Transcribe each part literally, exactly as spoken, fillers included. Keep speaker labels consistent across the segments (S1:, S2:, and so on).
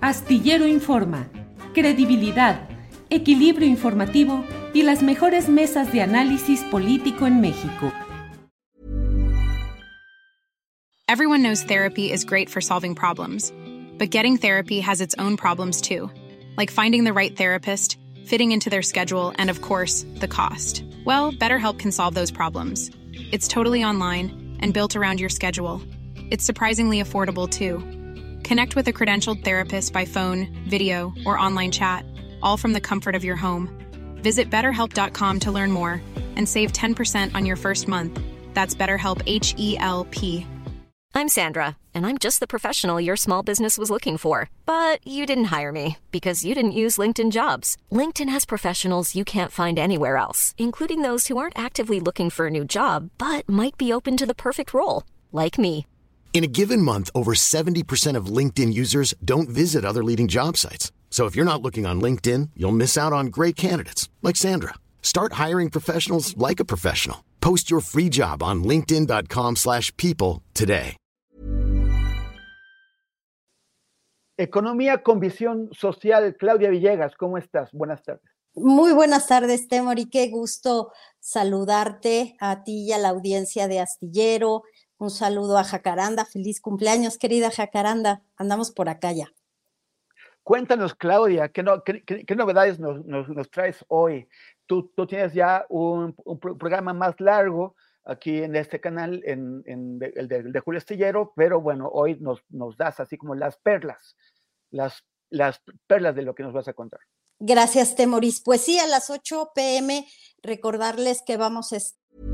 S1: Astillero Informa, credibilidad, equilibrio informativo y las mejores mesas de análisis político en México.
S2: Everyone knows therapy is great for solving problems, but getting therapy has its own problems too, like finding the right therapist, fitting into their schedule, and of course, the cost. Well, BetterHelp can solve those problems. It's totally online and built around your schedule. It's surprisingly affordable too. Connect with a credentialed therapist by phone, video, or online chat, all from the comfort of your home. Visit better help dot com to learn more and save ten percent on your first month. That's BetterHelp, H E L P.
S3: I'm Sandra, and I'm just the professional your small business was looking for. But you didn't hire me because you didn't use LinkedIn Jobs. LinkedIn has professionals you can't find anywhere else, including those who aren't actively looking for a new job, but might be open to the perfect role, like me.
S4: In a given month, over seventy percent of LinkedIn users don't visit other leading job sites. So if you're not looking on LinkedIn, you'll miss out on great candidates like Sandra. Start hiring professionals like a professional. Post your free job on linkedin dot com slash people today.
S5: Economía con visión social. Claudia Villegas, ¿cómo estás? Buenas tardes.
S6: Muy buenas tardes, Temor, y qué gusto saludarte a ti y a la audiencia de Astillero. Un saludo a Jacaranda. Feliz cumpleaños, querida Jacaranda. Andamos por acá ya.
S5: Cuéntanos, Claudia, ¿qué, no, qué, qué, qué novedades nos, nos, nos traes hoy? Tú, tú tienes ya un, un programa más largo aquí en este canal, en, en de, el, de, el de Julio Astillero, pero bueno, hoy nos, nos das así como las perlas, las, las perlas de lo que nos vas a contar.
S6: Gracias, Temoris. Pues sí, a las ocho p.m. recordarles que vamos a...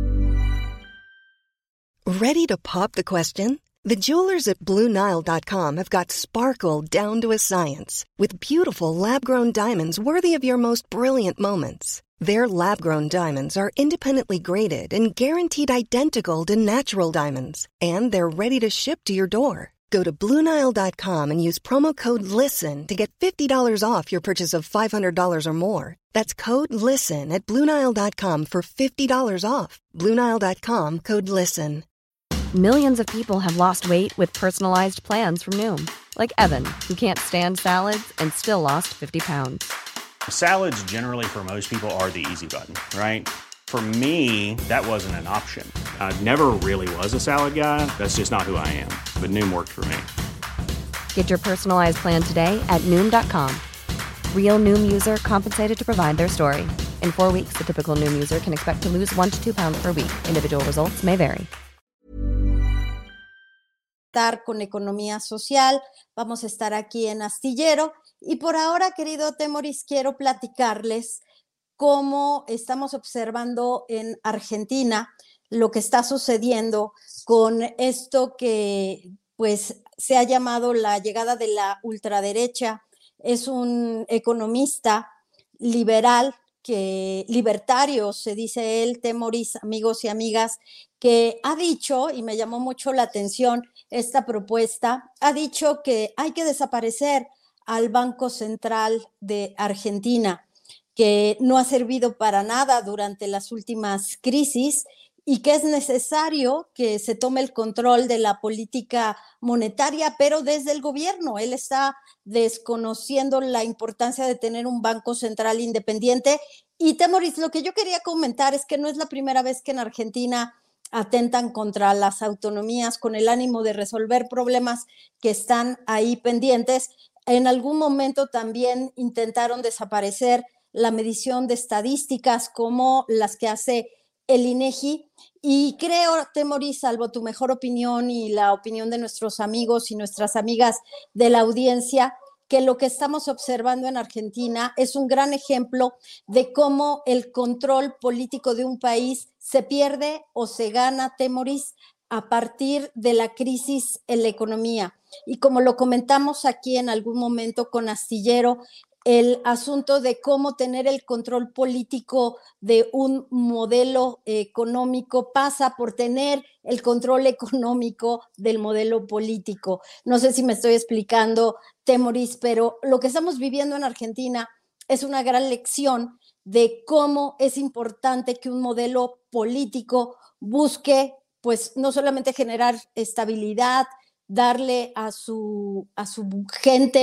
S7: Ready to pop the question? The jewelers at Blue Nile dot com have got sparkle down to a science with beautiful lab-grown diamonds worthy of your most brilliant moments. Their lab-grown diamonds are independently graded and guaranteed identical to natural diamonds, and they're ready to ship to your door. Go to Blue Nile dot com and use promo code LISTEN to get fifty dollars off your purchase of five hundred dollars or more. That's code LISTEN at Blue Nile dot com for fifty dollars off. Blue Nile dot com, code LISTEN.
S8: Millions of people have lost weight with personalized plans from Noom. Like Evan, who can't stand salads and still lost fifty pounds.
S9: Salads generally for most people are the easy button, right? For me, that wasn't an option. I never really was a salad guy. That's just not who I am. But Noom worked for me.
S8: Get your personalized plan today at Noom dot com. Real Noom user compensated to provide their story. In four weeks, the typical Noom user can expect to lose one to two pounds per week. Individual results may vary.
S6: Con economía social, vamos a estar aquí en Astillero y por ahora, querido Temoris, quiero platicarles cómo estamos observando en Argentina lo que está sucediendo con esto que pues se ha llamado la llegada de la ultraderecha. Es un economista liberal, que libertario, se dice él, Temoris, amigos y amigas, que ha dicho, y me llamó mucho la atención esta propuesta, ha dicho que hay que desaparecer al Banco Central de Argentina, que no ha servido para nada durante las últimas crisis y que es necesario que se tome el control de la política monetaria, pero desde el gobierno. Él está desconociendo la importancia de tener un banco central independiente. Y Temoris, lo que yo quería comentar es que no es la primera vez que en Argentina atentan contra las autonomías con el ánimo de resolver problemas que están ahí pendientes. En algún momento también intentaron desaparecer la medición de estadísticas como las que hace el INEGI, y creo, Temoris, salvo tu mejor opinión y la opinión de nuestros amigos y nuestras amigas de la audiencia, que lo que estamos observando en Argentina es un gran ejemplo de cómo el control político de un país se pierde o se gana, Temoris, a partir de la crisis en la economía. Y como lo comentamos aquí en algún momento con Astillero, el asunto de cómo tener el control político de un modelo económico pasa por tener el control económico del modelo político. No sé si me estoy explicando, Temoris, pero lo que estamos viviendo en Argentina es una gran lección de cómo es importante que un modelo político busque, pues, no solamente generar estabilidad, darle a su, a su gente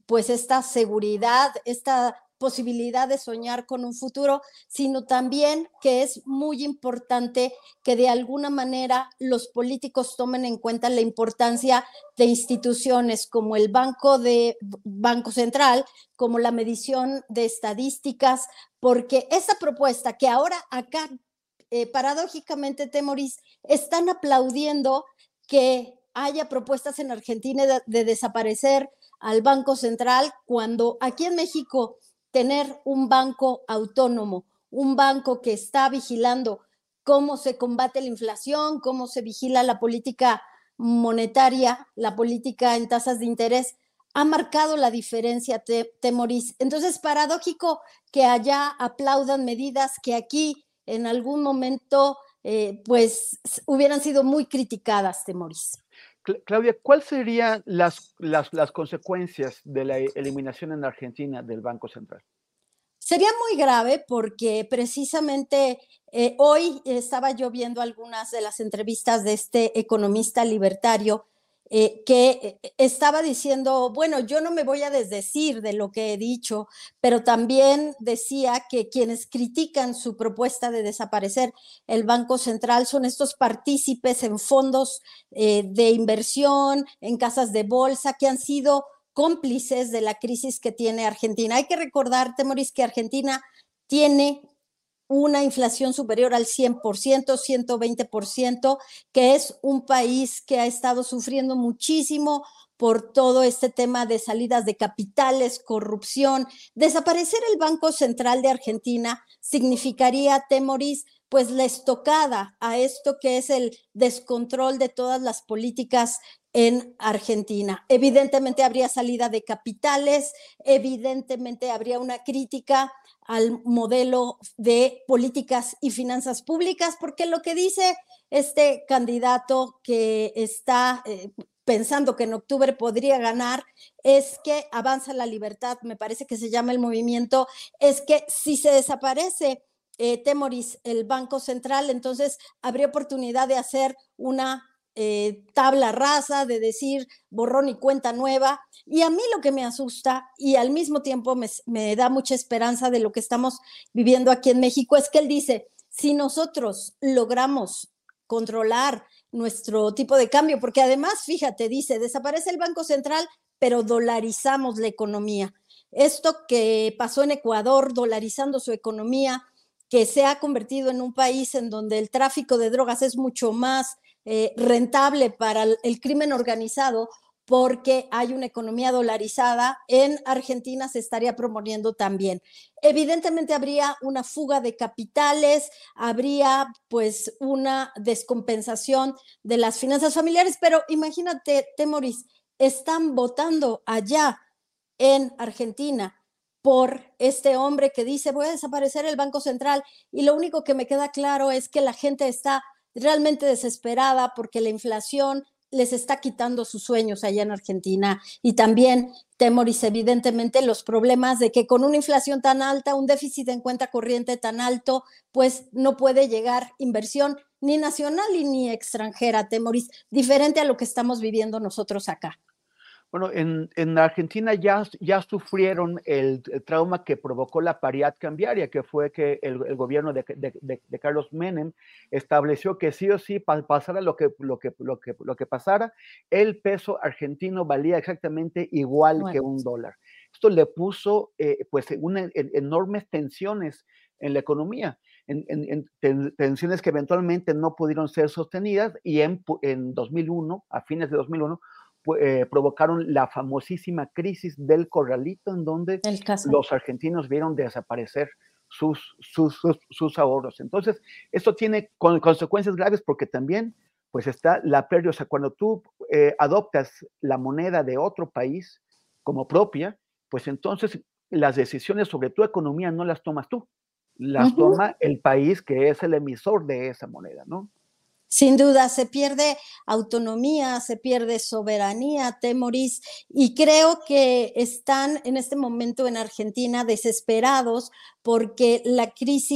S6: pues esta seguridad, esta posibilidad de soñar con un futuro, sino también que es muy importante que de alguna manera los políticos tomen en cuenta la importancia de instituciones como el Banco de Banco Central, como la medición de estadísticas, porque esta propuesta que ahora acá, eh, paradójicamente, Temoris, están aplaudiendo que haya propuestas en Argentina de, de desaparecer al Banco Central, cuando aquí en México tener un banco autónomo, un banco que está vigilando cómo se combate la inflación, cómo se vigila la política monetaria, la política en tasas de interés, ha marcado la diferencia, Temoris. Entonces, paradójico que allá aplaudan medidas que aquí en algún momento eh, pues hubieran sido muy criticadas, Temoris.
S5: Claudia, ¿cuáles serían las, las, las consecuencias de la eliminación en Argentina del Banco Central?
S6: Sería muy grave porque precisamente eh, hoy estaba yo viendo algunas de las entrevistas de este economista libertario eh, que estaba diciendo, bueno, yo no me voy a desdecir de lo que he dicho, pero también decía que quienes critican su propuesta de desaparecer el Banco Central son estos partícipes en fondos eh, de inversión, en casas de bolsa, que han sido cómplices de la crisis que tiene Argentina. Hay que recordar, Temoris, que Argentina tiene una inflación superior al cien por ciento, ciento veinte por ciento, que es un país que ha estado sufriendo muchísimo por todo este tema de salidas de capitales, corrupción. Desaparecer el Banco Central de Argentina significaría, Temoris, pues la estocada a esto que es el descontrol de todas las políticas en Argentina. Evidentemente habría salida de capitales, evidentemente habría una crítica al modelo de políticas y finanzas públicas, porque lo que dice este candidato que está eh, pensando que en octubre podría ganar es que Avanza la Libertad, me parece que se llama el movimiento, es que si se desaparece eh, Temoris, el Banco Central, entonces habría oportunidad de hacer una Eh, tabla rasa, de decir borrón y cuenta nueva. Y a mí lo que me asusta y al mismo tiempo me, me da mucha esperanza de lo que estamos viviendo aquí en México es que él dice, si nosotros logramos controlar nuestro tipo de cambio, porque además, fíjate, dice, desaparece el Banco Central, pero dolarizamos la economía. Esto que pasó en Ecuador, dolarizando su economía, que se ha convertido en un país en donde el tráfico de drogas es mucho más Eh, rentable para el, el crimen organizado porque hay una economía dolarizada, en Argentina se estaría promoviendo también. Evidentemente habría una fuga de capitales, habría pues una descompensación de las finanzas familiares, pero imagínate, Temoris, están votando allá en Argentina por este hombre que dice voy a desaparecer el Banco Central y lo único que me queda claro es que la gente está realmente desesperada porque la inflación les está quitando sus sueños allá en Argentina y también, Temoris, evidentemente los problemas de que con una inflación tan alta, un déficit en cuenta corriente tan alto, pues no puede llegar inversión ni nacional ni extranjera, Temoris, diferente a lo que estamos viviendo nosotros acá.
S5: Bueno, en, en Argentina ya, ya sufrieron el, el trauma que provocó la paridad cambiaria, que fue que el, el gobierno de, de, de, de Carlos Menem estableció que sí o sí pasara lo que, lo, que, lo, que, lo que pasara, el peso argentino valía exactamente igual bueno. que un dólar. Esto le puso eh, pues una, en, enormes tensiones en la economía, en, en, en ten, tensiones que eventualmente no pudieron ser sostenidas y en, en dos mil uno, a fines de dos mil uno, Eh, provocaron la famosísima crisis del corralito en donde los argentinos vieron desaparecer sus, sus, sus, sus ahorros. Entonces, esto tiene con, consecuencias graves porque también pues está la pérdida, o sea, cuando tú eh, adoptas la moneda de otro país como propia, pues entonces las decisiones sobre tu economía no las tomas tú, las uh-huh. toma el país que es el emisor de esa moneda, ¿no?
S6: Sin duda, se pierde autonomía, se pierde soberanía, Temoris, y creo que están en este momento en Argentina desesperados porque la crisis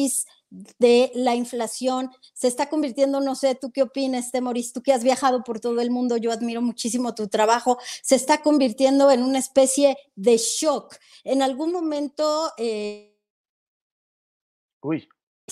S6: de la inflación se está convirtiendo, no sé, ¿tú qué opinas, Temoris? Tú que has viajado por todo el mundo, yo admiro muchísimo tu trabajo, se está convirtiendo en una especie de shock. En algún momento... Eh...
S5: Uy,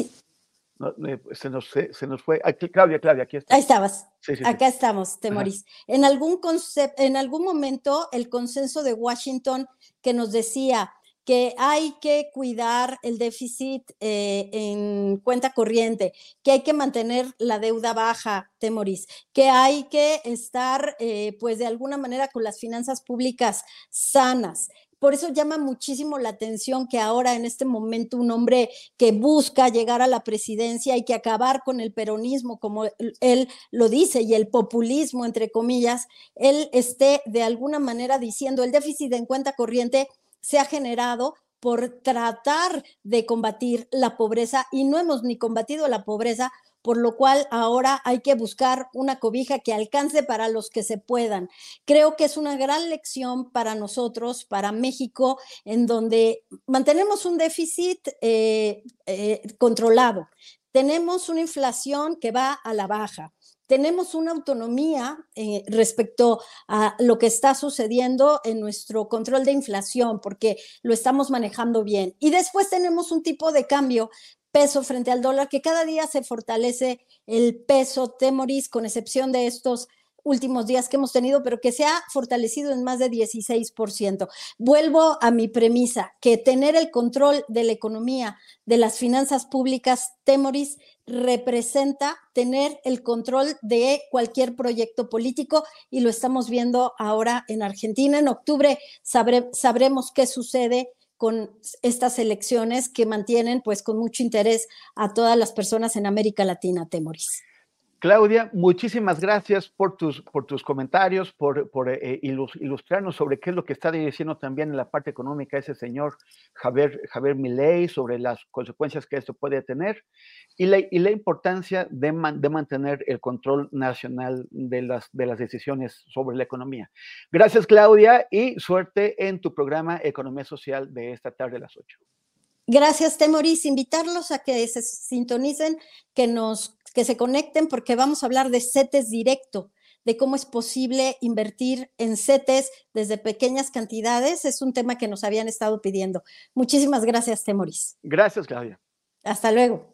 S5: no, se, nos, se nos fue. Aquí, Claudia, Claudia, aquí está.
S6: Ahí estabas.
S5: Sí, sí,
S6: Acá
S5: sí.
S6: estamos, Temoris. En algún, concept, en algún momento el consenso de Washington que nos decía que hay que cuidar el déficit eh, en cuenta corriente, que hay que mantener la deuda baja, Temoris, que hay que estar, eh, pues de alguna manera, con las finanzas públicas sanas. Por eso llama muchísimo la atención que ahora, en este momento, un hombre que busca llegar a la presidencia y que acabar con el peronismo, como él lo dice, y el populismo, entre comillas, él esté de alguna manera diciendo el déficit en cuenta corriente se ha generado por tratar de combatir la pobreza y no hemos ni combatido la pobreza, por lo cual ahora hay que buscar una cobija que alcance para los que se puedan. Creo que es una gran lección para nosotros, para México, en donde mantenemos un déficit eh, eh, controlado, tenemos una inflación que va a la baja, tenemos una autonomía eh, respecto a lo que está sucediendo en nuestro control de inflación, porque lo estamos manejando bien. Y después tenemos un tipo de cambio peso frente al dólar, que cada día se fortalece el peso, Temoris, con excepción de estos últimos días que hemos tenido, pero que se ha fortalecido en más de dieciséis por ciento. Vuelvo a mi premisa, que tener el control de la economía, de las finanzas públicas, Temoris, representa tener el control de cualquier proyecto político y lo estamos viendo ahora en Argentina. En octubre sabre, sabremos qué sucede con estas elecciones que mantienen pues con mucho interés a todas las personas en América Latina, Temoris.
S5: Claudia, muchísimas gracias por tus, por tus comentarios, por, por eh, ilustrarnos sobre qué es lo que está diciendo también en la parte económica ese señor Javier, Javier Milei, sobre las consecuencias que esto puede tener y la, y la importancia de, man, de mantener el control nacional de las, de las decisiones sobre la economía. Gracias, Claudia, y suerte en tu programa Economía Social de esta tarde a las ocho.
S6: Gracias, Temoris. Invitarlos a que se sintonicen, que nos que se conecten, porque vamos a hablar de CETES directo, de cómo es posible invertir en CETES desde pequeñas cantidades. Es un tema que nos habían estado pidiendo. Muchísimas gracias, Temoris.
S5: Gracias, Claudia.
S6: Hasta luego.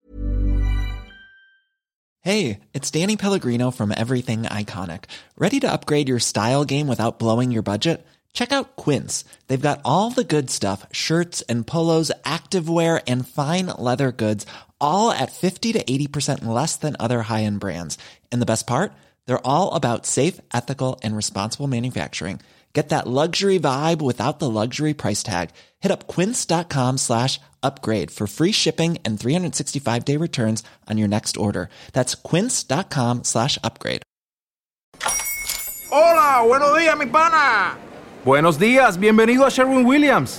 S10: Hey, it's Danny Pellegrino from Everything Iconic. Ready to upgrade your style game without blowing your budget? Check out Quince. They've got all the good stuff, shirts and polos, activewear, and fine leather goods, all at fifty to eighty percent less than other high-end brands. And the best part? They're all about safe, ethical, and responsible manufacturing. Get that luxury vibe without the luxury price tag. Hit up quince.com slash upgrade for free shipping and three sixty-five day returns on your next order. That's quince.com slash upgrade.
S11: Hola, buenos días, mi pana.
S12: Buenos días, bienvenido a Sherwin-Williams.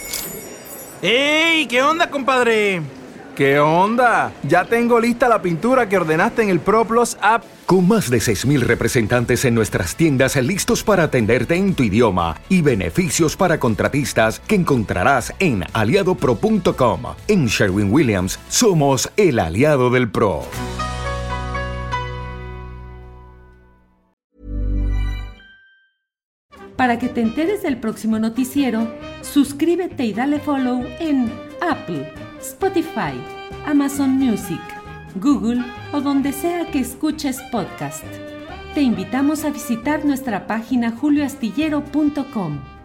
S11: ¡Ey! ¿Qué onda, compadre?
S12: ¿Qué onda? Ya tengo lista la pintura que ordenaste en el ProPlus app.
S13: Con más de seis mil representantes en nuestras tiendas listos para atenderte en tu idioma y beneficios para contratistas que encontrarás en aliado pro punto com. En Sherwin-Williams somos el aliado del pro.
S1: Para que te enteres del próximo noticiero, suscríbete y dale follow en Apple, Spotify, Amazon Music, Google o donde sea que escuches podcast. Te invitamos a visitar nuestra página julio astillero punto com.